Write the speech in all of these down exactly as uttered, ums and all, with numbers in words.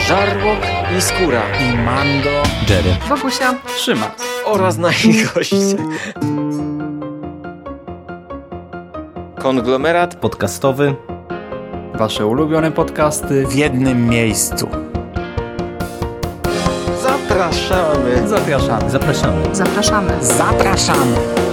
Żarłok i Skóra i Mando, Jerry, Wokusia, Szymas oraz nasi goście. Konglomerat podcastowy. Wasze ulubione podcasty w jednym miejscu. Zapraszamy. Zapraszamy. Zapraszamy. zapraszamy. Zapraszamy.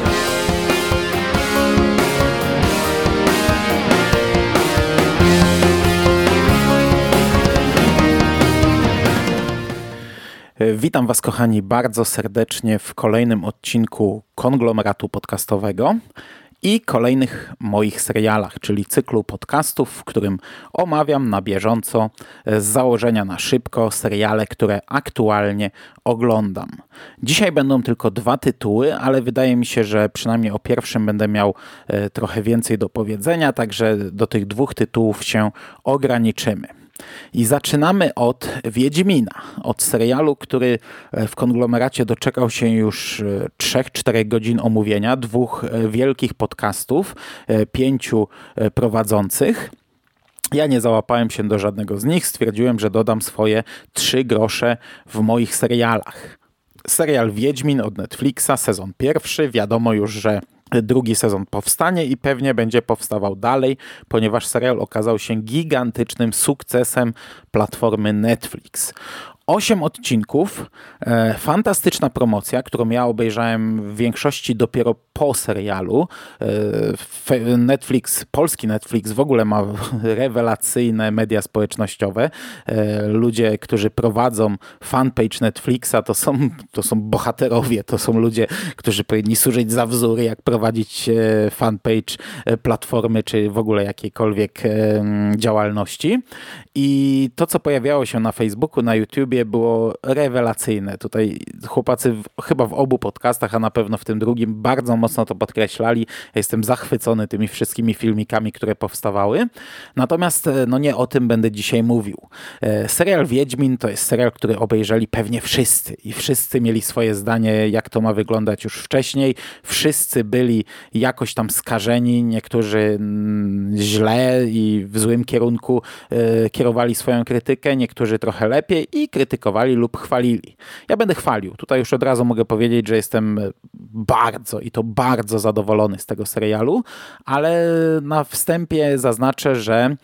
Witam Was, kochani, bardzo serdecznie w kolejnym odcinku Konglomeratu Podcastowego i kolejnych moich serialach, czyli cyklu podcastów, w którym omawiam na bieżąco, z założenia na szybko, seriale, które aktualnie oglądam. Dzisiaj będą tylko dwa tytuły, ale wydaje mi się, że przynajmniej o pierwszym będę miał trochę więcej do powiedzenia, także do tych dwóch tytułów się ograniczymy. I zaczynamy od Wiedźmina, od serialu, który w konglomeracie doczekał się już trzy cztery godzin omówienia, dwóch wielkich podcastów, pięciu prowadzących. Ja nie załapałem się do żadnego z nich, stwierdziłem, że dodam swoje trzy grosze w moich serialach. Serial Wiedźmin od Netflixa, sezon pierwszy, wiadomo już, że drugi sezon powstanie i pewnie będzie powstawał dalej, ponieważ serial okazał się gigantycznym sukcesem platformy Netflix. Osiem odcinków, e, fantastyczna promocja, którą ja obejrzałem w większości dopiero po serialu. E, Netflix, polski Netflix w ogóle ma rewelacyjne media społecznościowe. E, ludzie, którzy prowadzą fanpage Netflixa, to są, to są bohaterowie, to są ludzie, którzy powinni służyć za wzór, jak prowadzić e, fanpage e, platformy, czy w ogóle jakiejkolwiek e, działalności. I to, co pojawiało się na Facebooku, na YouTubie, było rewelacyjne. Tutaj chłopacy w, chyba w obu podcastach, a na pewno w tym drugim, bardzo mocno to podkreślali. Ja jestem zachwycony tymi wszystkimi filmikami, które powstawały. Natomiast no nie o tym będę dzisiaj mówił. E, serial Wiedźmin to jest serial, który obejrzeli pewnie wszyscy i wszyscy mieli swoje zdanie, jak to ma wyglądać już wcześniej. Wszyscy byli jakoś tam skażeni, niektórzy mm, źle i w złym kierunku e, kierowali swoją krytykę, niektórzy trochę lepiej i krytykowali lub chwalili. Ja będę chwalił. Tutaj już od razu mogę powiedzieć, że jestem bardzo i to bardzo zadowolony z tego serialu, ale na wstępie zaznaczę, że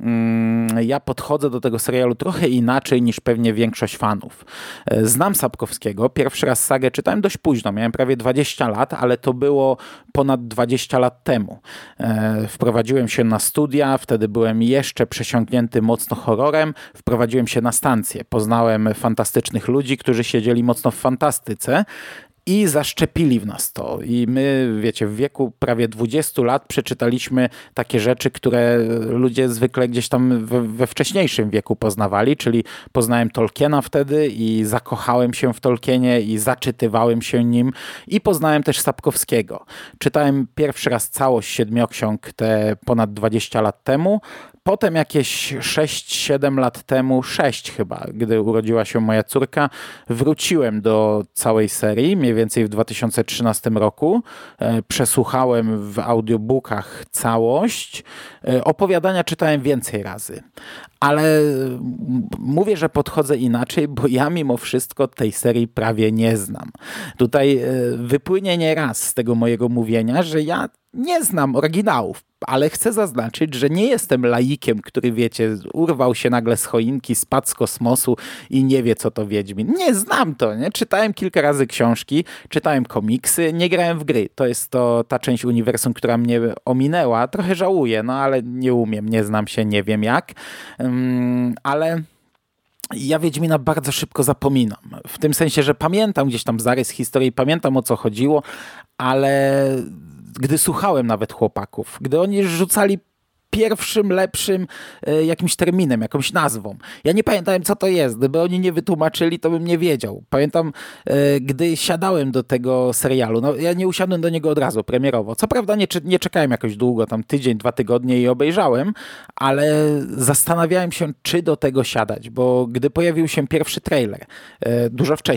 ja podchodzę do tego serialu trochę inaczej niż pewnie większość fanów. Znam Sapkowskiego. Pierwszy raz sagę czytałem dość późno. Miałem prawie dwadzieścia lat, ale to było ponad dwadzieścia lat temu. Wprowadziłem się na studia, wtedy byłem jeszcze przesiąknięty mocno horrorem. Wprowadziłem się na stację. Poznałem fantastycznych ludzi, którzy siedzieli mocno w fantastyce. I zaszczepili w nas to. I my, wiecie, w wieku prawie dwudziestu lat przeczytaliśmy takie rzeczy, które ludzie zwykle gdzieś tam we, we wcześniejszym wieku poznawali, czyli poznałem Tolkiena wtedy i zakochałem się w Tolkienie i zaczytywałem się nim i poznałem też Sapkowskiego. Czytałem pierwszy raz całość Siedmioksiąg te ponad dwadzieścia lat temu. Potem jakieś sześć siedem lat temu, sześć chyba, gdy urodziła się moja córka, wróciłem do całej serii, mniej więcej w dwa tysiące trzynastym roku. E, przesłuchałem w audiobookach całość. E, opowiadania czytałem więcej razy. Ale mówię, że podchodzę inaczej, bo ja mimo wszystko tej serii prawie nie znam. Tutaj e, wypłynie nieraz z tego mojego mówienia, że ja nie znam oryginałów, ale chcę zaznaczyć, że nie jestem laikiem, który, wiecie, urwał się nagle z choinki, spadł z kosmosu i nie wie, co to Wiedźmin. Nie, znam to, nie? Czytałem kilka razy książki, czytałem komiksy, nie grałem w gry. To jest to ta część uniwersum, która mnie ominęła. Trochę żałuję, no ale nie umiem, nie znam się, nie wiem jak. Um, ale... Ja Wiedźmina bardzo szybko zapominam. W tym sensie, że pamiętam gdzieś tam zarys historii, pamiętam, o co chodziło, ale gdy słuchałem nawet chłopaków, gdy oni rzucali pierwszym, lepszym e, jakimś terminem, jakąś nazwą. Ja nie pamiętałem, co to jest. Gdyby oni nie wytłumaczyli, to bym nie wiedział. Pamiętam, e, gdy siadałem do tego serialu, no ja nie usiadłem do niego od razu, premierowo. Co prawda nie, nie czekałem jakoś długo, tam tydzień, dwa tygodnie i obejrzałem, ale zastanawiałem się, czy do tego siadać, bo gdy pojawił się pierwszy trailer, e, dużo wcześniej,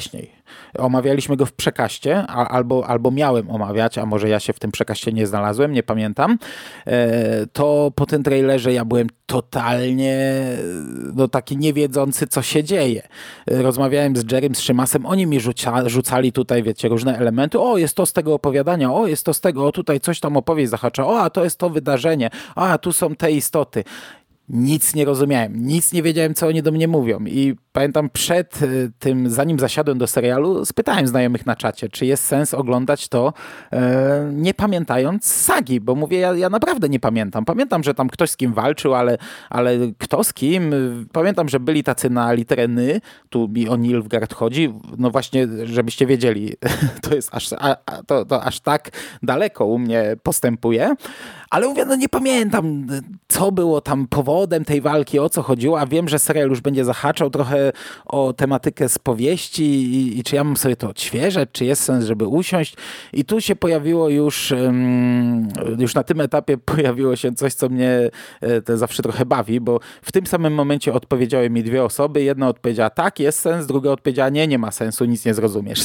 Omawialiśmy go w Przekaście, a, albo, albo miałem omawiać, a może ja się w tym Przekaście nie znalazłem, nie pamiętam. E, to po tym trailerze ja byłem totalnie no, taki niewiedzący, co się dzieje. Rozmawiałem z Jerrym, z Szymasem, oni mi rzuca, rzucali tutaj, wiecie, różne elementy. O, jest to z tego opowiadania, o, jest to z tego, o, tutaj coś tam opowieść zahacza, o, a to jest to wydarzenie, a, tu są te istoty. Nic nie rozumiałem, nic nie wiedziałem, co oni do mnie mówią i pamiętam przed tym, zanim zasiadłem do serialu, spytałem znajomych na czacie, czy jest sens oglądać to e, nie pamiętając sagi, bo mówię, ja, ja naprawdę nie pamiętam. Pamiętam, że tam ktoś z kim walczył, ale, ale kto z kim? Pamiętam, że byli tacy na literę ny, tu mi o Nilfgaard chodzi, no właśnie, żebyście wiedzieli, to jest aż, a, a, to, to aż tak daleko u mnie postępuje, ale mówię, no nie pamiętam, co było tam powodem tej walki, o co chodziło, a wiem, że serial już będzie zahaczał trochę o tematykę z powieści i, i czy ja mam sobie to odświeżać, czy jest sens, żeby usiąść. I tu się pojawiło już, um, już na tym etapie pojawiło się coś, co mnie to zawsze trochę bawi, bo w tym samym momencie odpowiedziały mi dwie osoby. Jedna odpowiedziała tak, jest sens, druga odpowiedziała nie, nie ma sensu, nic nie zrozumiesz.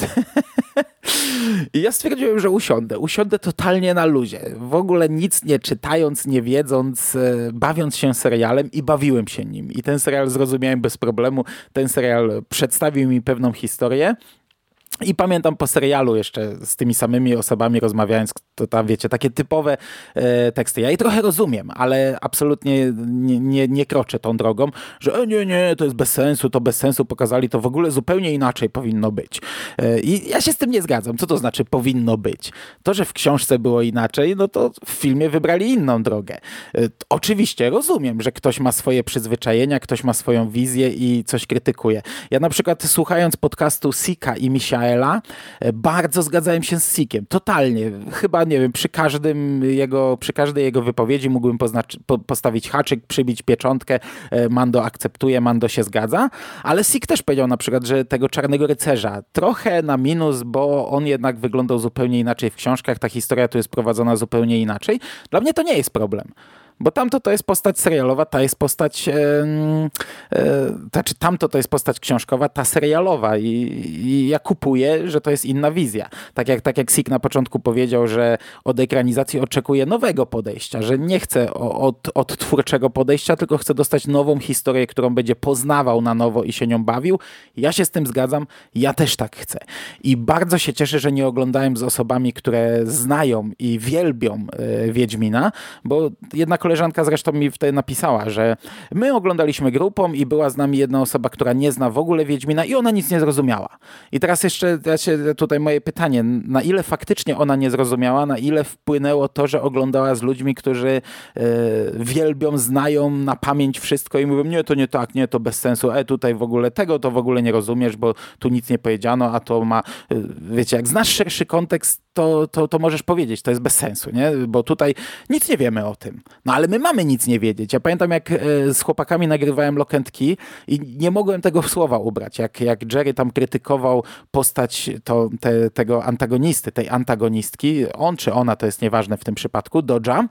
I ja stwierdziłem, że usiądę. Usiądę totalnie na luzie. W ogóle nic nie czytając, nie wiedząc, bawiąc się serialem i bawiłem się nim. I ten serial zrozumiałem bez problemu. Ten serial przedstawił mi pewną historię. I pamiętam po serialu jeszcze z tymi samymi osobami rozmawiając, to tam wiecie, takie typowe e, teksty. Ja je trochę rozumiem, ale absolutnie nie, nie, nie kroczę tą drogą, że e, nie, nie, to jest bez sensu, to bez sensu pokazali, to w ogóle zupełnie inaczej powinno być. E, I ja się z tym nie zgadzam. Co to znaczy powinno być? To, że w książce było inaczej, no to w filmie wybrali inną drogę. E, oczywiście rozumiem, że ktoś ma swoje przyzwyczajenia, ktoś ma swoją wizję i coś krytykuje. Ja na przykład słuchając podcastu Sika i Misiaela, bardzo zgadzałem się z Sikiem. Totalnie. Chyba, nie wiem, przy każdym jego, przy każdej jego wypowiedzi mógłbym poznaczy, po, postawić haczyk, przybić pieczątkę. Mando akceptuje, Mando się zgadza. Ale Sik też powiedział na przykład, że tego Czarnego Rycerza trochę na minus, bo on jednak wyglądał zupełnie inaczej w książkach. Ta historia tu jest prowadzona zupełnie inaczej. Dla mnie to nie jest problem. Bo tamto to jest postać serialowa, ta jest postać, e, e, znaczy tamto to jest postać książkowa, ta serialowa i, i ja kupuję, że to jest inna wizja. Tak jak, tak jak Sik na początku powiedział, że od ekranizacji oczekuje nowego podejścia, że nie chce od, od twórczego podejścia, tylko chce dostać nową historię, którą będzie poznawał na nowo i się nią bawił. Ja się z tym zgadzam, ja też tak chcę. I bardzo się cieszę, że nie oglądałem z osobami, które znają i wielbią e, Wiedźmina, bo jednak koleżanka zresztą mi wtedy napisała, że my oglądaliśmy grupą i była z nami jedna osoba, która nie zna w ogóle Wiedźmina i ona nic nie zrozumiała. I teraz jeszcze tutaj moje pytanie, na ile faktycznie ona nie zrozumiała, na ile wpłynęło to, że oglądała z ludźmi, którzy e, wielbią, znają na pamięć wszystko i mówią, nie, to nie tak, nie, to bez sensu, e, tutaj w ogóle tego to w ogóle nie rozumiesz, bo tu nic nie powiedziano, a to ma, e, wiecie, jak znasz szerszy kontekst, to, to, to możesz powiedzieć, to jest bez sensu, nie? Bo tutaj nic nie wiemy o tym. No ale my mamy nic nie wiedzieć. Ja pamiętam, jak e, z chłopakami nagrywałem Lock and Key i nie mogłem tego w słowa ubrać. Jak, jak Jerry tam krytykował postać to, te, tego antagonisty, tej antagonistki, on czy ona, to jest nieważne w tym przypadku, Dodge'a,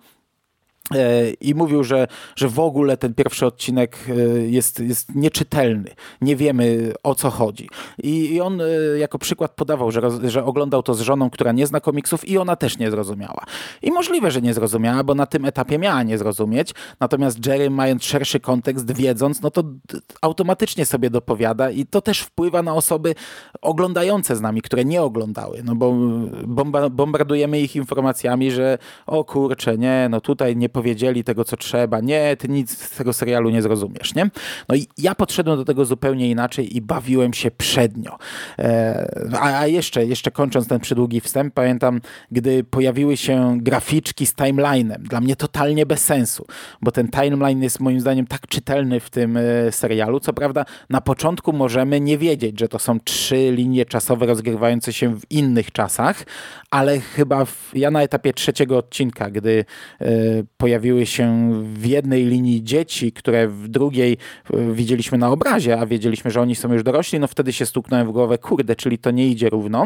i mówił, że, że w ogóle ten pierwszy odcinek jest, jest nieczytelny. Nie wiemy, o co chodzi. I, i on jako przykład podawał, że, roz, że oglądał to z żoną, która nie zna komiksów i ona też nie zrozumiała. I możliwe, że nie zrozumiała, bo na tym etapie miała nie zrozumieć. Natomiast Jerry, mając szerszy kontekst, wiedząc, no to automatycznie sobie dopowiada i to też wpływa na osoby oglądające z nami, które nie oglądały. No bo bomba, bombardujemy ich informacjami, że o kurczę, nie, no tutaj nie powiedzieli tego, co trzeba. Nie, ty nic z tego serialu nie zrozumiesz, nie? No i ja podszedłem do tego zupełnie inaczej i bawiłem się przednio. E, a, a jeszcze, jeszcze kończąc ten przydługi wstęp, pamiętam, gdy pojawiły się graficzki z timeline'em. Dla mnie totalnie bez sensu, bo ten timeline jest moim zdaniem tak czytelny w tym e, serialu. Co prawda na początku możemy nie wiedzieć, że to są trzy linie czasowe rozgrywające się w innych czasach, ale chyba w, ja na etapie trzeciego odcinka, gdy e, pojawiły pojawiły się w jednej linii dzieci, które w drugiej widzieliśmy na obrazie, a wiedzieliśmy, że oni są już dorośli, no wtedy się stuknąłem w głowę, kurde, czyli to nie idzie równo.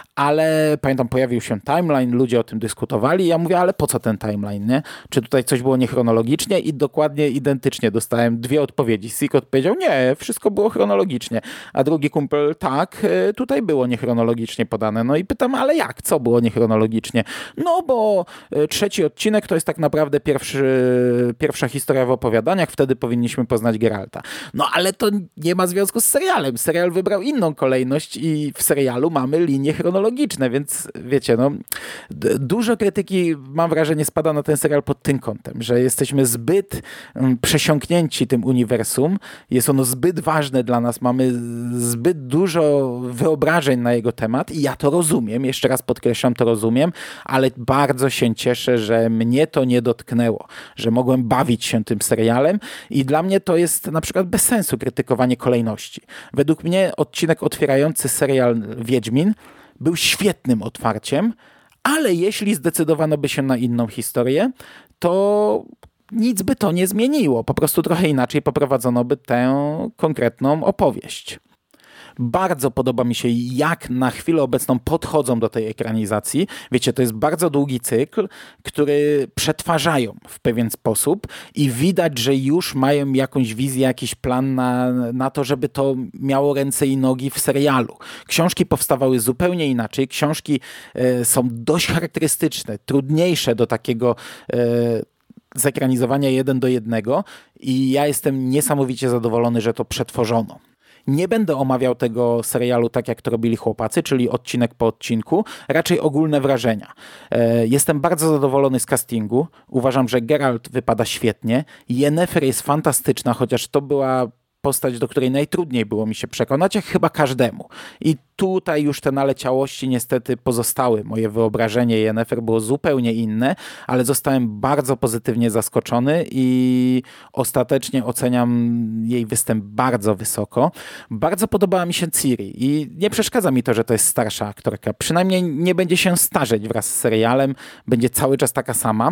Ale pamiętam, pojawił się timeline, ludzie o tym dyskutowali i ja mówię, ale po co ten timeline, nie? Czy tutaj coś było niechronologicznie? I dokładnie identycznie dostałem dwie odpowiedzi. Sik odpowiedział, nie, wszystko było chronologicznie. A drugi kumpel, tak, tutaj było niechronologicznie podane. No i pytam, ale jak? Co było niechronologicznie? No bo trzeci odcinek to jest tak naprawdę pierwszy, pierwsza historia w opowiadaniach, wtedy powinniśmy poznać Geralta. No ale to nie ma związku z serialem. Serial wybrał inną kolejność i w serialu mamy linie chronologiczne, więc wiecie, no dużo krytyki, mam wrażenie, spada na ten serial pod tym kątem, że jesteśmy zbyt um, przesiąknięci tym uniwersum, jest ono zbyt ważne dla nas, mamy zbyt dużo wyobrażeń na jego temat i ja to rozumiem, jeszcze raz podkreślam, to rozumiem, ale bardzo się cieszę, że mnie to nie dotknęło, że mogłem bawić się tym serialem i dla mnie to jest na przykład bez sensu krytykowanie kolejności. Według mnie odcinek otwierający serial Wiedźmin był świetnym otwarciem, ale jeśli zdecydowano by się na inną historię, to nic by to nie zmieniło. Po prostu trochę inaczej poprowadzono by tę konkretną opowieść. Bardzo podoba mi się, jak na chwilę obecną podchodzą do tej ekranizacji. Wiecie, to jest bardzo długi cykl, który przetwarzają w pewien sposób i widać, że już mają jakąś wizję, jakiś plan na, na to, żeby to miało ręce i nogi w serialu. Książki powstawały zupełnie inaczej. Książki e, są dość charakterystyczne, trudniejsze do takiego e, zekranizowania jeden do jednego i ja jestem niesamowicie zadowolony, że to przetworzono. Nie będę omawiał tego serialu tak, jak to robili chłopacy, czyli odcinek po odcinku, raczej ogólne wrażenia. Jestem bardzo zadowolony z castingu. Uważam, że Geralt wypada świetnie. Yennefer jest fantastyczna, chociaż to była postać, do której najtrudniej było mi się przekonać, jak chyba każdemu. I tutaj już te naleciałości niestety pozostały. Moje wyobrażenie Yennefer było zupełnie inne, ale zostałem bardzo pozytywnie zaskoczony i ostatecznie oceniam jej występ bardzo wysoko. Bardzo podobała mi się Ciri i nie przeszkadza mi to, że to jest starsza aktorka. Przynajmniej nie będzie się starzeć wraz z serialem, będzie cały czas taka sama,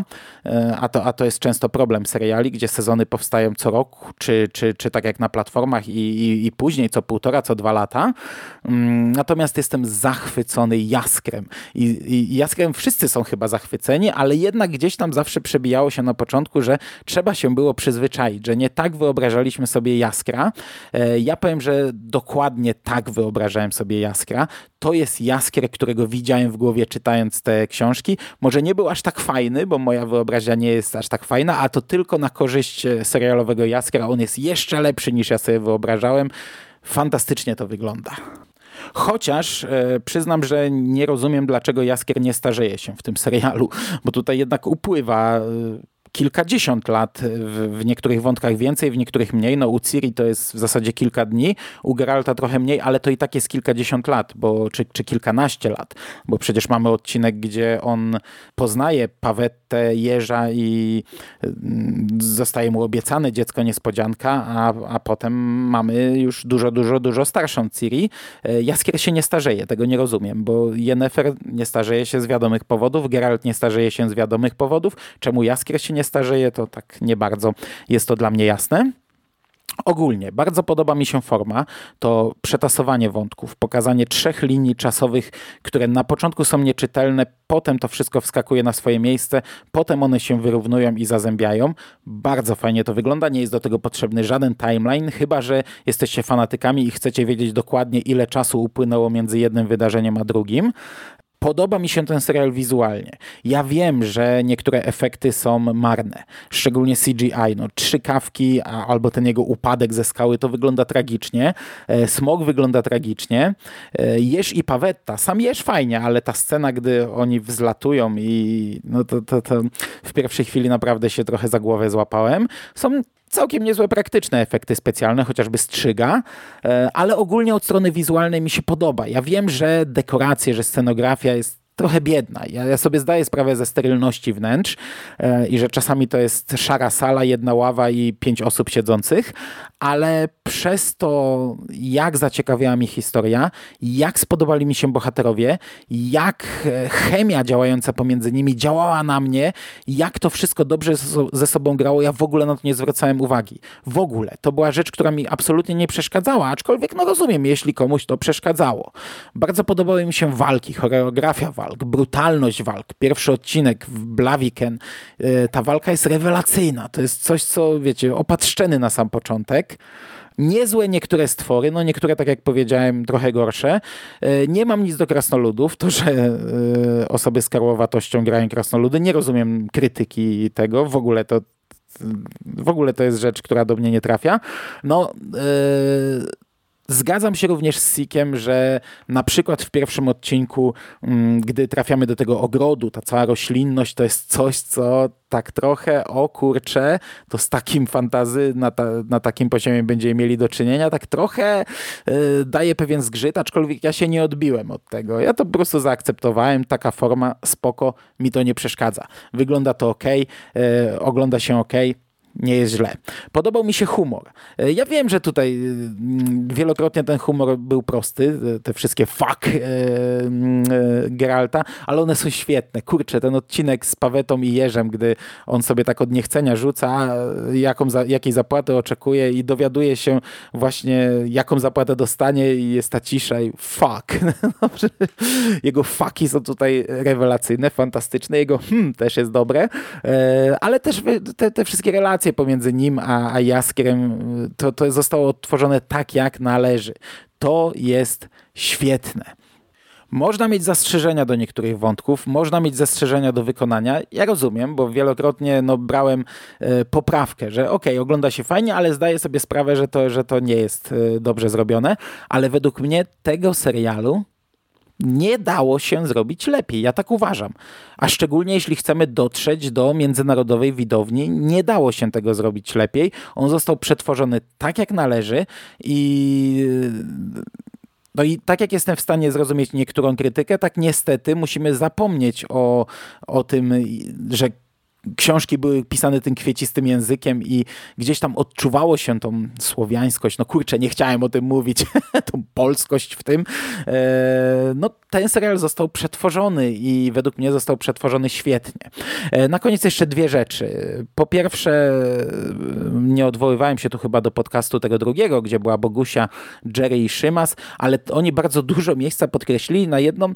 a to, a to jest często problem seriali, gdzie sezony powstają co rok, czy, czy, czy tak jak na platformach i, i, i później co półtora, co dwa lata. Natomiast jestem zachwycony Jaskrem. I, I Jaskrem wszyscy są chyba zachwyceni, ale jednak gdzieś tam zawsze przebijało się na początku, że trzeba się było przyzwyczaić, że nie tak wyobrażaliśmy sobie Jaskra. Ja powiem, że dokładnie tak wyobrażałem sobie Jaskra. To jest Jaskier, którego widziałem w głowie czytając te książki. Może nie był aż tak fajny, bo moja wyobraźnia nie jest aż tak fajna, a to tylko na korzyść serialowego Jaskra. On jest jeszcze lepszy niż ja sobie wyobrażałem. Fantastycznie to wygląda. Chociaż e, przyznam, że nie rozumiem, dlaczego Jaskier nie starzeje się w tym serialu, bo tutaj jednak upływa e, kilkadziesiąt lat, w, w niektórych wątkach więcej, w niektórych mniej. No u Ciri to jest w zasadzie kilka dni, u Geralta trochę mniej, ale to i tak jest kilkadziesiąt lat, bo, czy, czy kilkanaście lat, bo przecież mamy odcinek, gdzie on poznaje Pawettę, jeża i zostaje mu obiecane dziecko niespodzianka, a, a potem mamy już dużo, dużo, dużo starszą Ciri. Jaskier się nie starzeje, tego nie rozumiem, bo Yennefer nie starzeje się z wiadomych powodów, Geralt nie starzeje się z wiadomych powodów. Czemu Jaskier się nie starzeje, to tak nie bardzo jest to dla mnie jasne. Ogólnie bardzo podoba mi się forma, to przetasowanie wątków, pokazanie trzech linii czasowych, które na początku są nieczytelne, potem to wszystko wskakuje na swoje miejsce, potem one się wyrównują i zazębiają. Bardzo fajnie to wygląda, nie jest do tego potrzebny żaden timeline, chyba że jesteście fanatykami i chcecie wiedzieć dokładnie, ile czasu upłynęło między jednym wydarzeniem a drugim. Podoba mi się ten serial wizualnie. Ja wiem, że niektóre efekty są marne, szczególnie C G I. No, trzy kawki a, albo ten jego upadek ze skały, to wygląda tragicznie. E, Smog wygląda tragicznie. E, Jeż i Pawetta, sam Jeż fajnie, ale ta scena, gdy oni wzlatują i no to, to, to w pierwszej chwili naprawdę się trochę za głowę złapałem. Są całkiem niezłe praktyczne efekty specjalne, chociażby strzyga, ale ogólnie od strony wizualnej mi się podoba. Ja wiem, że dekoracje, że scenografia jest trochę biedna. Ja, ja sobie zdaję sprawę ze sterylności wnętrz e, i że czasami to jest szara sala, jedna ława i pięć osób siedzących, ale przez to, jak zaciekawiała mi historia, jak spodobali mi się bohaterowie, jak chemia działająca pomiędzy nimi działała na mnie, jak to wszystko dobrze ze sobą grało, ja w ogóle na to nie zwracałem uwagi. W ogóle. To była rzecz, która mi absolutnie nie przeszkadzała, aczkolwiek no rozumiem, jeśli komuś to przeszkadzało. Bardzo podobały mi się walki, choreografia walk, brutalność walk. Pierwszy odcinek w Blaviken, ta walka jest rewelacyjna. To jest coś, co wiecie, opatrzczeny na sam początek. Niezłe niektóre stwory, no niektóre, tak jak powiedziałem, trochę gorsze. Nie mam nic do krasnoludów. To, że osoby z karłowatością grają krasnoludy, nie rozumiem krytyki tego. W ogóle to w ogóle to jest rzecz, która do mnie nie trafia. No... Yy... Zgadzam się również z Sikiem, że na przykład w pierwszym odcinku, gdy trafiamy do tego ogrodu, ta cała roślinność to jest coś, co tak trochę, o kurczę, to z takim fantazy na, ta, na takim poziomie będziemy mieli do czynienia, tak trochę y, daje pewien zgrzyt, aczkolwiek ja się nie odbiłem od tego. Ja to po prostu zaakceptowałem, taka forma, spoko, mi to nie przeszkadza. Wygląda to ok, y, ogląda się ok. Nie jest źle. Podobał mi się humor. Ja wiem, że tutaj wielokrotnie ten humor był prosty, te wszystkie fuck e, e, Geralta, ale one są świetne. Kurczę, ten odcinek z Pawetą i Jerzem, gdy on sobie tak od niechcenia rzuca, jaką za, jakiej zapłaty oczekuje i dowiaduje się właśnie, jaką zapłatę dostanie i jest ta cisza i fuck. Jego fucki są tutaj rewelacyjne, fantastyczne. Jego hmm też jest dobre, e, ale też te, te wszystkie relacje pomiędzy nim a, a Jaskierem, to, to zostało odtworzone tak, jak należy. To jest świetne. Można mieć zastrzeżenia do niektórych wątków, można mieć zastrzeżenia do wykonania. Ja rozumiem, bo wielokrotnie no, brałem e, poprawkę, że okej, okay, ogląda się fajnie, ale zdaję sobie sprawę, że to, że to nie jest e, dobrze zrobione, ale według mnie tego serialu nie dało się zrobić lepiej. Ja tak uważam. A szczególnie jeśli chcemy dotrzeć do międzynarodowej widowni, nie dało się tego zrobić lepiej. On został przetworzony tak, jak należy i... No i tak jak jestem w stanie zrozumieć niektórą krytykę, tak niestety musimy zapomnieć o, o tym, że książki były pisane tym kwiecistym językiem i gdzieś tam odczuwało się tą słowiańskość. No kurczę, nie chciałem o tym mówić. Tą polskość w tym. No ten serial został przetworzony i według mnie został przetworzony świetnie. Na koniec jeszcze dwie rzeczy. Po pierwsze, nie odwoływałem się tu chyba do podcastu tego drugiego, gdzie była Bogusia, Jerry i Szymas, ale oni bardzo dużo miejsca podkreślili na jedną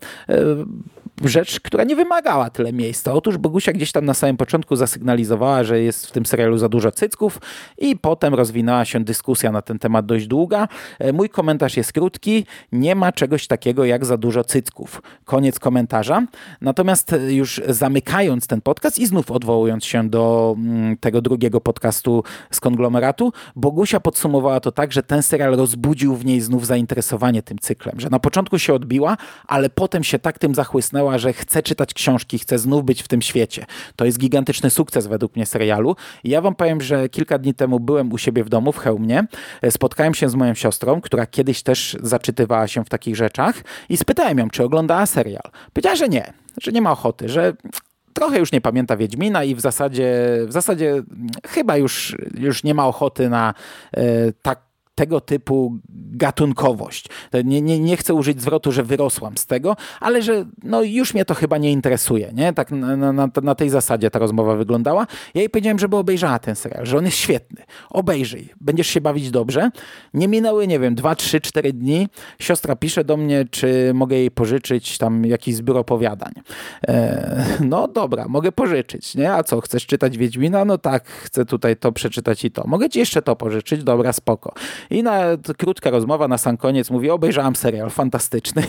rzecz, która nie wymagała tyle miejsca. Otóż Bogusia gdzieś tam na samym początku zasygnalizowała, że jest w tym serialu za dużo cycków i potem rozwinęła się dyskusja na ten temat dość długa. Mój komentarz jest krótki. Nie ma czegoś takiego jak za dużo cycków. Koniec komentarza. Natomiast już zamykając ten podcast i znów odwołując się do tego drugiego podcastu z konglomeratu, Bogusia podsumowała to tak, że ten serial rozbudził w niej znów zainteresowanie tym cyklem. Że na początku się odbiła, ale potem się tak tym zachłysnęła, że chce czytać książki, chce znów być w tym świecie. To jest gigantyczny sukces według mnie serialu. I ja wam powiem, że kilka dni temu byłem u siebie w domu w Chełmie, spotkałem się z moją siostrą, która kiedyś też zaczytywała się w takich rzeczach i spytałem ją, czy oglądała serial. Powiedziała, że nie, że nie ma ochoty, że trochę już nie pamięta Wiedźmina i w zasadzie, w zasadzie chyba już, już nie ma ochoty na e, tak tego typu gatunkowość. Nie, nie, nie chcę użyć zwrotu, że wyrosłam z tego, ale że no już mnie to chyba nie interesuje. Nie? Tak na, na, na tej zasadzie ta rozmowa wyglądała. Ja jej powiedziałem, żeby obejrzała ten serial, że on jest świetny. Obejrzyj. Będziesz się bawić dobrze. Nie minęły, nie wiem, dwa, trzy, cztery dni. Siostra pisze do mnie, czy mogę jej pożyczyć tam jakiś zbiór opowiadań. E, no dobra, mogę pożyczyć. Nie? A co, chcesz czytać Wiedźmina? No tak, chcę tutaj to przeczytać i to. Mogę ci jeszcze to pożyczyć? Dobra, spoko. I na krótka rozmowa na sam koniec mówi, obejrzałam serial, fantastyczny.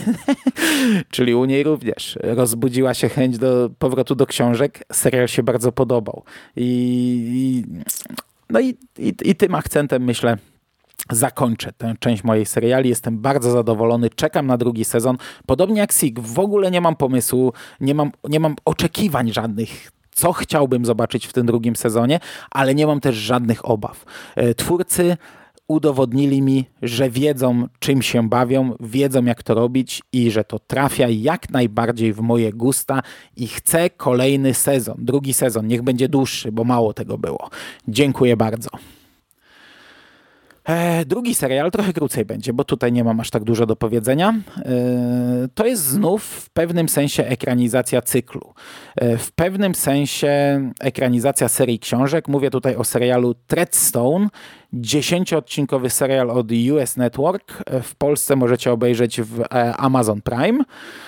Czyli u niej również rozbudziła się chęć do powrotu do książek. Serial się bardzo podobał. I, i, no i, i, i tym akcentem myślę zakończę tę część mojej seriali. Jestem bardzo zadowolony. Czekam na drugi sezon. Podobnie jak Sig, w ogóle nie mam pomysłu, nie mam, nie mam oczekiwań żadnych, co chciałbym zobaczyć w tym drugim sezonie, ale nie mam też żadnych obaw. Twórcy udowodnili mi, że wiedzą, czym się bawią, wiedzą, jak to robić i że to trafia jak najbardziej w moje gusta i chcę kolejny sezon, drugi sezon, niech będzie dłuższy, bo mało tego było. Dziękuję bardzo. E, drugi serial trochę krócej będzie, bo tutaj nie mam aż tak dużo do powiedzenia. E, to jest znów w pewnym sensie ekranizacja cyklu. E, w pewnym sensie ekranizacja serii książek. Mówię tutaj o serialu Treadstone, dziesięcioodcinkowy serial od U S Network. E, w Polsce możecie obejrzeć w e, Amazon Prime.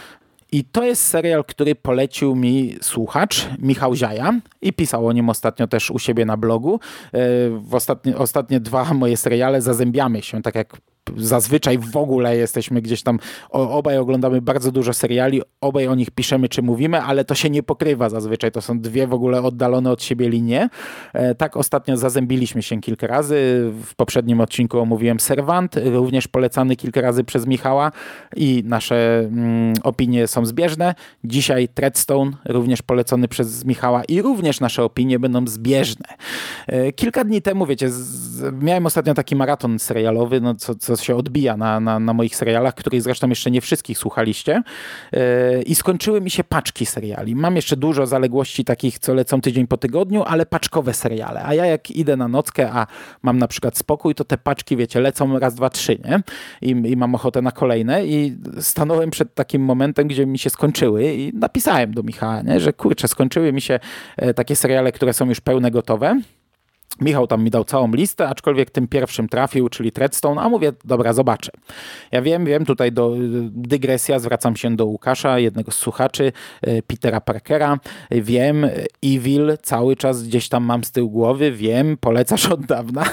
I to jest serial, który polecił mi słuchacz Michał Ziaja i pisał o nim ostatnio też u siebie na blogu. W ostatnie, ostatnie dwa moje seriale zazębiamy się, tak jak zazwyczaj w ogóle jesteśmy gdzieś tam, obaj oglądamy bardzo dużo seriali, obaj o nich piszemy czy mówimy, ale to się nie pokrywa zazwyczaj, to są dwie w ogóle oddalone od siebie linie. Tak ostatnio zazębiliśmy się kilka razy, w poprzednim odcinku omówiłem Servant, również polecany kilka razy przez Michała i nasze mm, opinie są zbieżne. Dzisiaj Treadstone, również polecony przez Michała i również nasze opinie będą zbieżne. Kilka dni temu, wiecie, z, miałem ostatnio taki maraton serialowy, no co, co się odbija na, na, na moich serialach, których zresztą jeszcze nie wszystkich słuchaliście. Yy, I skończyły mi się paczki seriali. Mam jeszcze dużo zaległości takich, co lecą tydzień po tygodniu, ale paczkowe seriale. A ja jak idę na nockę, a mam na przykład spokój, to te paczki, wiecie, lecą raz, dwa, trzy, nie? I, i mam ochotę na kolejne. I stanąłem przed takim momentem, gdzie mi się skończyły i napisałem do Michała, nie? Że kurczę, skończyły mi się takie seriale, które są już pełne, gotowe. Michał tam mi dał całą listę, aczkolwiek tym pierwszym trafił, czyli Treadstone, a mówię, dobra, zobaczę. Ja wiem, wiem, tutaj do, dygresja, zwracam się do Łukasza, jednego z słuchaczy, Petera Parkera. Wiem, Evil cały czas gdzieś tam mam z tyłu głowy, wiem, polecasz od dawna,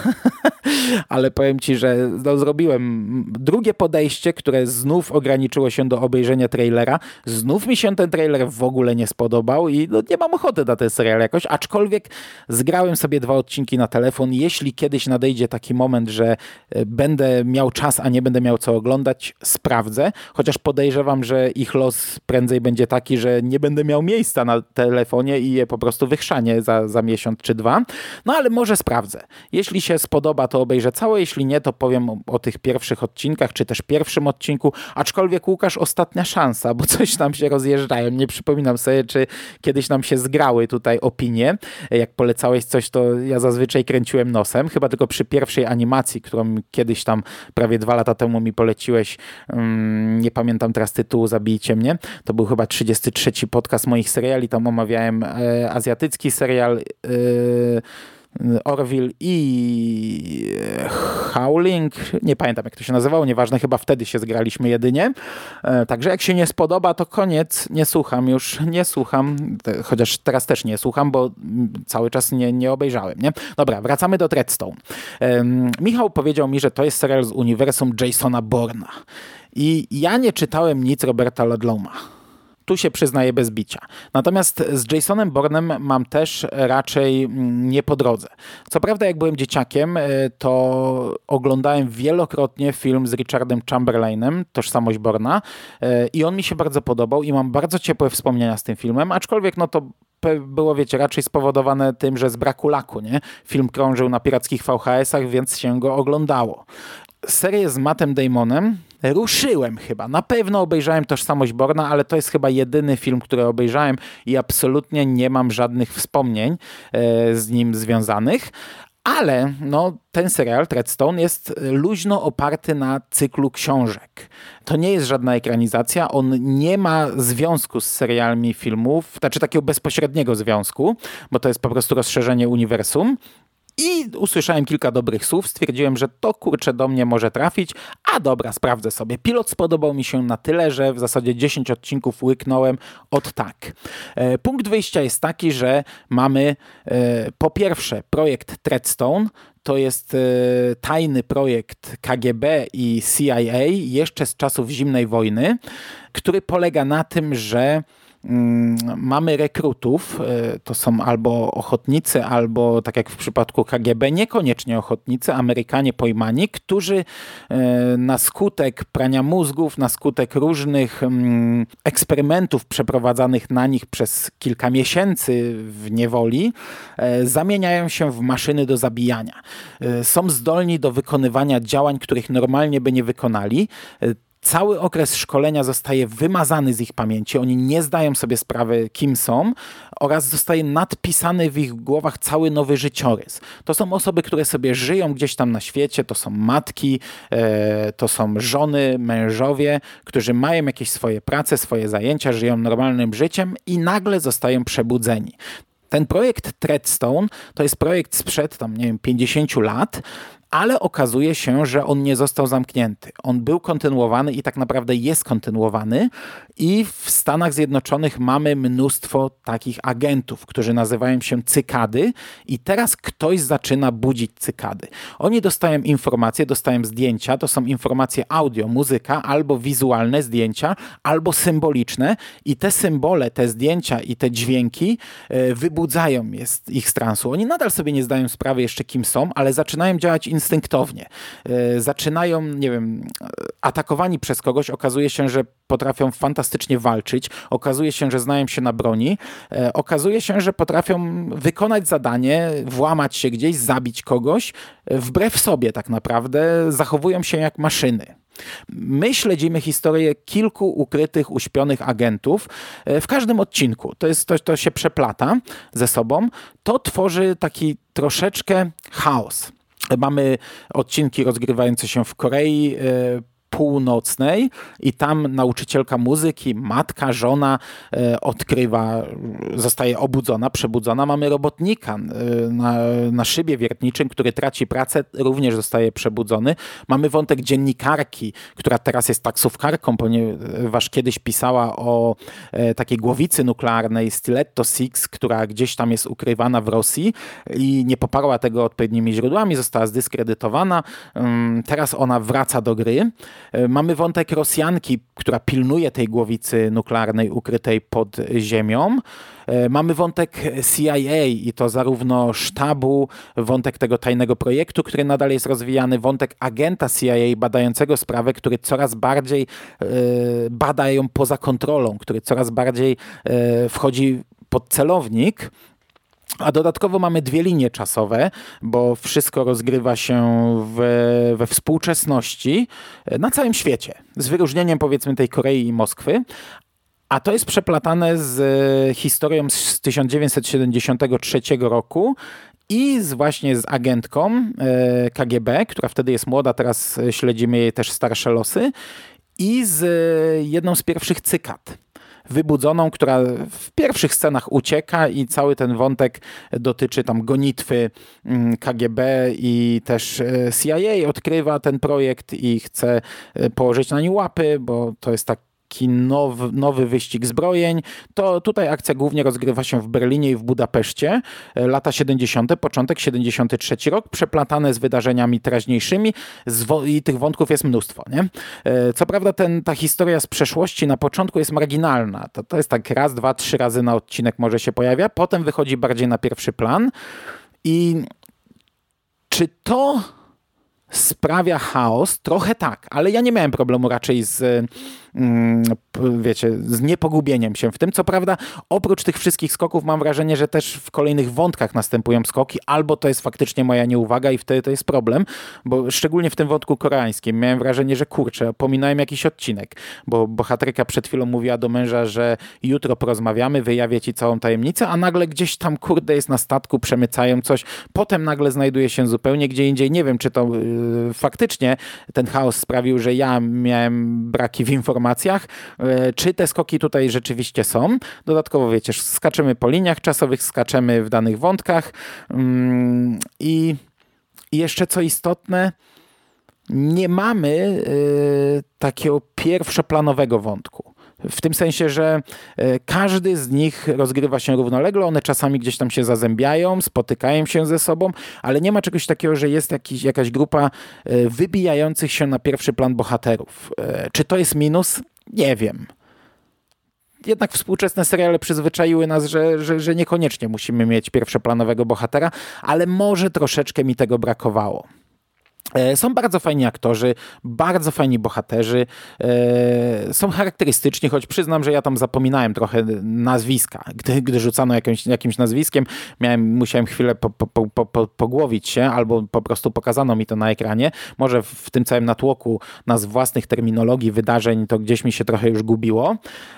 ale powiem ci, że no, zrobiłem drugie podejście, które znów ograniczyło się do obejrzenia trailera. Znów mi się ten trailer w ogóle nie spodobał i no, nie mam ochoty na ten serial jakoś, aczkolwiek zgrałem sobie dwa odcinki na telefon. Jeśli kiedyś nadejdzie taki moment, że będę miał czas, a nie będę miał co oglądać, sprawdzę. Chociaż podejrzewam, że ich los prędzej będzie taki, że nie będę miał miejsca na telefonie i je po prostu wychrzanię za, za miesiąc czy dwa. No ale może sprawdzę. Jeśli się spodoba, to obejrzę całe. Jeśli nie, to powiem o, o tych pierwszych odcinkach, czy też pierwszym odcinku. Aczkolwiek, Łukasz, ostatnia szansa, bo coś nam się rozjeżdżają. Nie przypominam sobie, czy kiedyś nam się zgrały tutaj opinie. Jak polecałeś coś, to ja zazwyczaj kręciłem nosem, chyba tylko przy pierwszej animacji, którą kiedyś tam prawie dwa lata temu mi poleciłeś, um, nie pamiętam teraz tytułu, zabijcie mnie, to był chyba trzydziesty trzeci podcast moich seriali, tam omawiałem e, azjatycki serial e, Orville i Howling, nie pamiętam jak to się nazywało, nieważne, chyba wtedy się zgraliśmy jedynie. Także jak się nie spodoba, to koniec, nie słucham już, nie słucham, chociaż teraz też nie słucham, bo cały czas nie, nie obejrzałem, nie? Dobra, wracamy do Treadstone. Michał powiedział mi, że to jest serial z uniwersum Jasona Bourna i ja nie czytałem nic Roberta Ludluma. Tu się przyznaję bez bicia. Natomiast z Jasonem Bournem mam też raczej nie po drodze. Co prawda jak byłem dzieciakiem, to oglądałem wielokrotnie film z Richardem Chamberlainem, Tożsamość Bourna, i on mi się bardzo podobał i mam bardzo ciepłe wspomnienia z tym filmem, aczkolwiek no to było, wiecie, raczej spowodowane tym, że z braku laku, nie? Film krążył na pirackich V H S ach, więc się go oglądało. Serię z Mattem Damonem ruszyłem chyba. Na pewno obejrzałem Tożsamość Bourna, ale to jest chyba jedyny film, który obejrzałem i absolutnie nie mam żadnych wspomnień e, z nim związanych. Ale no, ten serial, Treadstone, jest luźno oparty na cyklu książek. To nie jest żadna ekranizacja, on nie ma związku z serialami filmów, znaczy takiego bezpośredniego związku, bo to jest po prostu rozszerzenie uniwersum. I usłyszałem kilka dobrych słów, stwierdziłem, że to kurczę do mnie może trafić, a dobra, sprawdzę sobie. Pilot spodobał mi się na tyle, że w zasadzie dziesięć odcinków łyknąłem od tak. E, punkt wyjścia jest taki, że mamy e, po pierwsze projekt Treadstone, to jest e, tajny projekt K G B i C I A, C I A jeszcze z czasów zimnej wojny, który polega na tym, że mamy rekrutów, to są albo ochotnicy, albo tak jak w przypadku K G B, niekoniecznie ochotnicy, Amerykanie pojmani, którzy na skutek prania mózgów, na skutek różnych eksperymentów przeprowadzanych na nich przez kilka miesięcy w niewoli, zamieniają się w maszyny do zabijania. Są zdolni do wykonywania działań, których normalnie by nie wykonali. Cały okres szkolenia zostaje wymazany z ich pamięci, oni nie zdają sobie sprawy, kim są, oraz zostaje nadpisany w ich głowach cały nowy życiorys. To są osoby, które sobie żyją gdzieś tam na świecie, to są matki, to są żony, mężowie, którzy mają jakieś swoje prace, swoje zajęcia, żyją normalnym życiem i nagle zostają przebudzeni. Ten projekt Treadstone to jest projekt sprzed tam, nie wiem, pięćdziesięciu lat, ale okazuje się, że on nie został zamknięty. On był kontynuowany i tak naprawdę jest kontynuowany i w Stanach Zjednoczonych mamy mnóstwo takich agentów, którzy nazywają się cykady i teraz ktoś zaczyna budzić cykady. Oni dostają informacje, dostają zdjęcia, to są informacje audio, muzyka, albo wizualne zdjęcia, albo symboliczne i te symbole, te zdjęcia i te dźwięki e, wybudzają jest ich z transu. Oni nadal sobie nie zdają sprawy jeszcze kim są, ale zaczynają działać instynktownie. E, zaczynają, nie wiem, atakowani przez kogoś, okazuje się, że potrafią fantastycznie walczyć, okazuje się, że znają się na broni, e, okazuje się, że potrafią wykonać zadanie, włamać się gdzieś, zabić kogoś, e, wbrew sobie tak naprawdę, zachowują się jak maszyny. My śledzimy historię kilku ukrytych, uśpionych agentów w każdym odcinku. To, jest, to, to się przeplata ze sobą. To tworzy taki troszeczkę chaos. Mamy odcinki rozgrywające się w Korei Północnej i tam nauczycielka muzyki, matka, żona e, odkrywa, zostaje obudzona, przebudzona. Mamy robotnika e, na, na szybie wiertniczym, który traci pracę, również zostaje przebudzony. Mamy wątek dziennikarki, która teraz jest taksówkarką, ponieważ kiedyś pisała o e, takiej głowicy nuklearnej Stiletto Six, która gdzieś tam jest ukrywana w Rosji i nie poparła tego odpowiednimi źródłami, została zdyskredytowana. Um, teraz ona wraca do gry. Mamy wątek Rosjanki, która pilnuje tej głowicy nuklearnej ukrytej pod ziemią. Mamy wątek C I A i to zarówno sztabu, wątek tego tajnego projektu, który nadal jest rozwijany, wątek agenta C I A badającego sprawę, który coraz bardziej e, bada ją poza kontrolą, który coraz bardziej e, wchodzi pod celownik. A dodatkowo mamy dwie linie czasowe, bo wszystko rozgrywa się we, we współczesności na całym świecie, z wyróżnieniem powiedzmy tej Korei i Moskwy. A to jest przeplatane z historią z tysiąc dziewięćset siedemdziesiątego trzeciego roku i z, właśnie z agentką K G B, która wtedy jest młoda, teraz śledzimy jej też starsze losy, i z jedną z pierwszych cykad. Wybudzoną, która w pierwszych scenach ucieka i cały ten wątek dotyczy tam gonitwy K G B i też C I A odkrywa ten projekt i chce położyć na nie łapy, bo to jest tak taki nowy, nowy wyścig zbrojeń. To tutaj akcja głównie rozgrywa się w Berlinie i w Budapeszcie. Lata siedemdziesiąte, początek siedemdziesiąty trzeci rok, przeplatane z wydarzeniami teraźniejszymi i tych wątków jest mnóstwo. Nie? Co prawda ten, ta historia z przeszłości na początku jest marginalna. To, to jest tak raz, dwa, trzy razy na odcinek może się pojawia, potem wychodzi bardziej na pierwszy plan. I czy to sprawia chaos? Trochę tak, ale ja nie miałem problemu raczej z, wiecie, z niepogubieniem się w tym. Co prawda, oprócz tych wszystkich skoków mam wrażenie, że też w kolejnych wątkach następują skoki, albo to jest faktycznie moja nieuwaga i wtedy to jest problem, bo szczególnie w tym wątku koreańskim miałem wrażenie, że kurczę, pominąłem jakiś odcinek, bo bohaterka przed chwilą mówiła do męża, że jutro porozmawiamy, wyjawię ci całą tajemnicę, a nagle gdzieś tam, kurde, jest na statku, przemycają coś, potem nagle znajduje się zupełnie gdzie indziej. Nie wiem, czy to yy, faktycznie ten chaos sprawił, że ja miałem braki w informacjach, yy, czy te skoki tutaj rzeczywiście są. Dodatkowo, wiecie, skaczemy po liniach czasowych, skaczemy w danych wątkach yy, i jeszcze co istotne, nie mamy yy, takiego pierwszoplanowego wątku. W tym sensie, że każdy z nich rozgrywa się równolegle, one czasami gdzieś tam się zazębiają, spotykają się ze sobą, ale nie ma czegoś takiego, że jest jakiś, jakaś grupa wybijających się na pierwszy plan bohaterów. Czy to jest minus? Nie wiem. jednak współczesne seriale przyzwyczaiły nas, że, że, że niekoniecznie musimy mieć pierwszoplanowego bohatera, ale może troszeczkę mi tego brakowało. Są bardzo fajni aktorzy, bardzo fajni bohaterzy, e, są charakterystyczni, choć przyznam, że ja tam zapominałem trochę nazwiska. Gdy, gdy rzucano jakimś, jakimś nazwiskiem, miałem, musiałem chwilę po, po, po, po, pogłowić się, albo po prostu pokazano mi to na ekranie. Może w tym całym natłoku nazw własnych, terminologii, wydarzeń, to gdzieś mi się trochę już gubiło.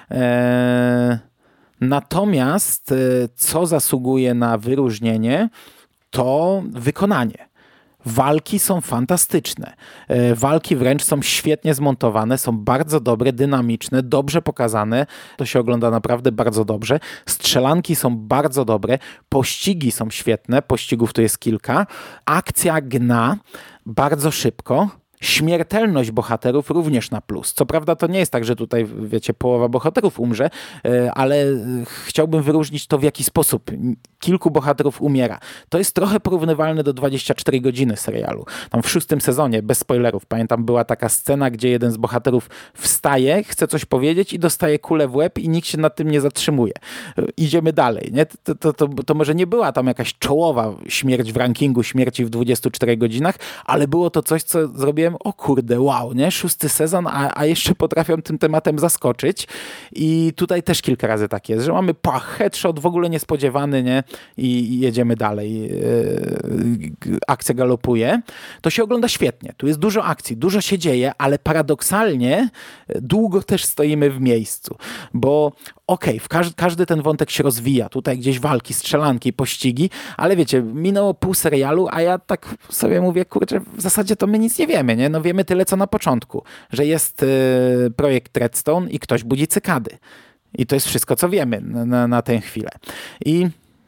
E, natomiast e, co zasługuje na wyróżnienie, to wykonanie. Walki są fantastyczne. Walki wręcz są świetnie zmontowane, są bardzo dobre, dynamiczne, dobrze pokazane. To się ogląda naprawdę bardzo dobrze. Strzelanki są bardzo dobre, pościgi są świetne, pościgów tu jest kilka. Akcja gna bardzo szybko. Śmiertelność bohaterów również na plus. Co prawda to nie jest tak, że tutaj, wiecie, połowa bohaterów umrze, ale chciałbym wyróżnić to, w jaki sposób kilku bohaterów umiera. To jest trochę porównywalne do dwadzieścia cztery godziny serialu. Tam w szóstym sezonie, bez spoilerów, pamiętam, była taka scena, gdzie jeden z bohaterów wstaje, chce coś powiedzieć i dostaje kulę w łeb i nikt się nad tym nie zatrzymuje. Idziemy dalej. Nie? To, to, to, to może nie była tam jakaś czołowa śmierć w rankingu śmierci w dwudziestu czterech godzinach, ale było to coś, co zrobiłem, o kurde, wow, nie? Szósty sezon, a, a jeszcze potrafią tym tematem zaskoczyć. I tutaj też kilka razy tak jest, że mamy pach, headshot w ogóle niespodziewany, nie? I, i jedziemy dalej. Yy, akcja galopuje. To się ogląda świetnie. Tu jest dużo akcji, dużo się dzieje, ale paradoksalnie długo też stoimy w miejscu, bo okej, okay, każdy, każdy ten wątek się rozwija. Tutaj gdzieś walki, strzelanki, pościgi, ale wiecie, minęło pół serialu, a ja tak sobie mówię, kurczę, w zasadzie to my nic nie wiemy, nie? No wiemy tyle, co na początku, że jest yy, projekt Redstone i ktoś budzi cykady. I to jest wszystko, co wiemy na, na, na tę chwilę. I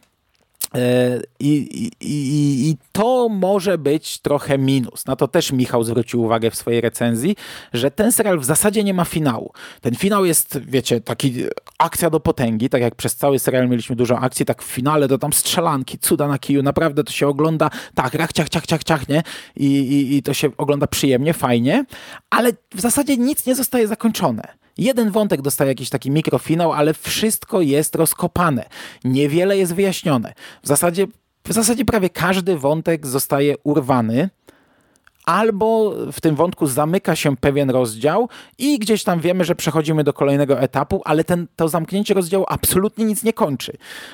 I, i, i, I to może być trochę minus. Na to też Michał zwrócił uwagę w swojej recenzji, że ten serial w zasadzie nie ma finału. Ten finał jest, wiecie, taki akcja do potęgi, tak jak przez cały serial mieliśmy dużo akcji, tak w finale to tam strzelanki, cuda na kiju, naprawdę to się ogląda tak, rach, ciach, ciach, ciach, ciach, nie? I, i, i to się ogląda przyjemnie, fajnie, ale w zasadzie nic nie zostaje zakończone. Jeden wątek dostaje jakiś taki mikrofinał, ale wszystko jest rozkopane. Niewiele jest wyjaśnione. W zasadzie, w zasadzie prawie każdy wątek zostaje urwany, albo w tym wątku zamyka się pewien rozdział i gdzieś tam wiemy, że przechodzimy do kolejnego etapu, ale ten, to zamknięcie rozdziału absolutnie nic nie kończy.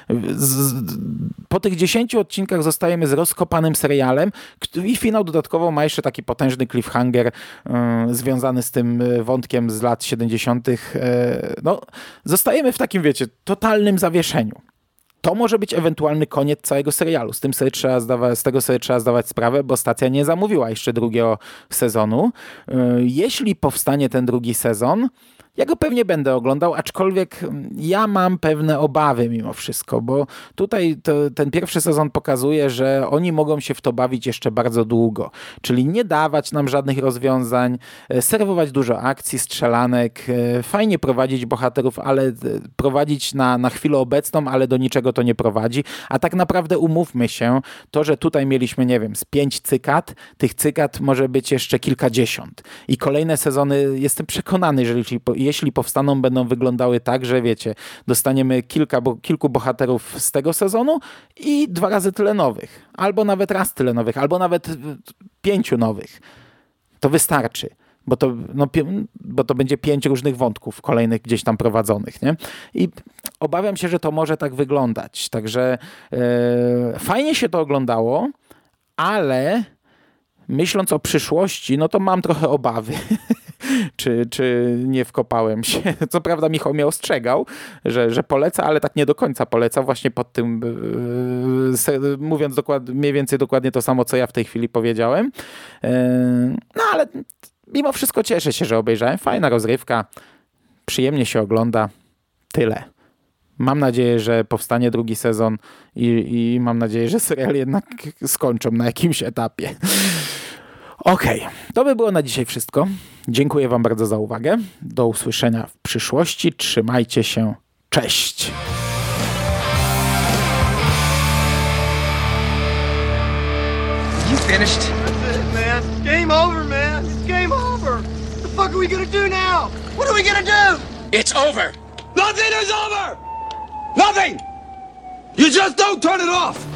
Z, po tych dziesięciu odcinkach zostajemy z rozkopanym serialem i finał dodatkowo ma jeszcze taki potężny cliffhanger yy, związany z tym wątkiem z lat siedemdziesiątych. Yy, no, zostajemy w takim, wiecie, totalnym zawieszeniu. To może być ewentualny koniec całego serialu. Z tym sobie trzeba zdawać, z tego sobie trzeba zdawać sprawę, bo stacja nie zamówiła jeszcze drugiego sezonu. Jeśli powstanie ten drugi sezon, ja go pewnie będę oglądał, aczkolwiek ja mam pewne obawy mimo wszystko, bo tutaj to, ten pierwszy sezon pokazuje, że oni mogą się w to bawić jeszcze bardzo długo. Czyli nie dawać nam żadnych rozwiązań, serwować dużo akcji, strzelanek, fajnie prowadzić bohaterów, ale prowadzić na, na chwilę obecną, ale do niczego to nie prowadzi. A tak naprawdę umówmy się, to, że tutaj mieliśmy, nie wiem, z pięć cykad, tych cykad może być jeszcze kilkadziesiąt. I kolejne sezony, jestem przekonany, że jeśli jeśli powstaną, będą wyglądały tak, że wiecie, dostaniemy kilka, bo, kilku bohaterów z tego sezonu i dwa razy tyle nowych. Albo nawet raz tyle nowych, albo nawet pięciu nowych. To wystarczy, bo to, no, bo to będzie pięć różnych wątków kolejnych gdzieś tam prowadzonych, nie? I obawiam się, że to może tak wyglądać. Także e, fajnie się to oglądało, ale myśląc o przyszłości, no to mam trochę obawy. Czy, czy nie wkopałem się. Co prawda Michał mnie ostrzegał, że, że poleca, ale tak nie do końca poleca. Właśnie pod tym, yy, mówiąc dokładnie, mniej więcej dokładnie to samo, co ja w tej chwili powiedziałem. Yy, no ale mimo wszystko cieszę się, że obejrzałem. Fajna rozrywka. Przyjemnie się ogląda. Tyle. Mam nadzieję, że powstanie drugi sezon i, i mam nadzieję, że serial jednak skończą na jakimś etapie. Okej, okay. To by było na dzisiaj wszystko. Dziękuję wam bardzo za uwagę. Do usłyszenia w przyszłości. Trzymajcie się. Cześć! You finished? That's it, man. Game over, man. It's game over. What the fuck are we gonna do now? What are we gonna do? It's over. Nothing is over! Nothing! You just don't turn it off!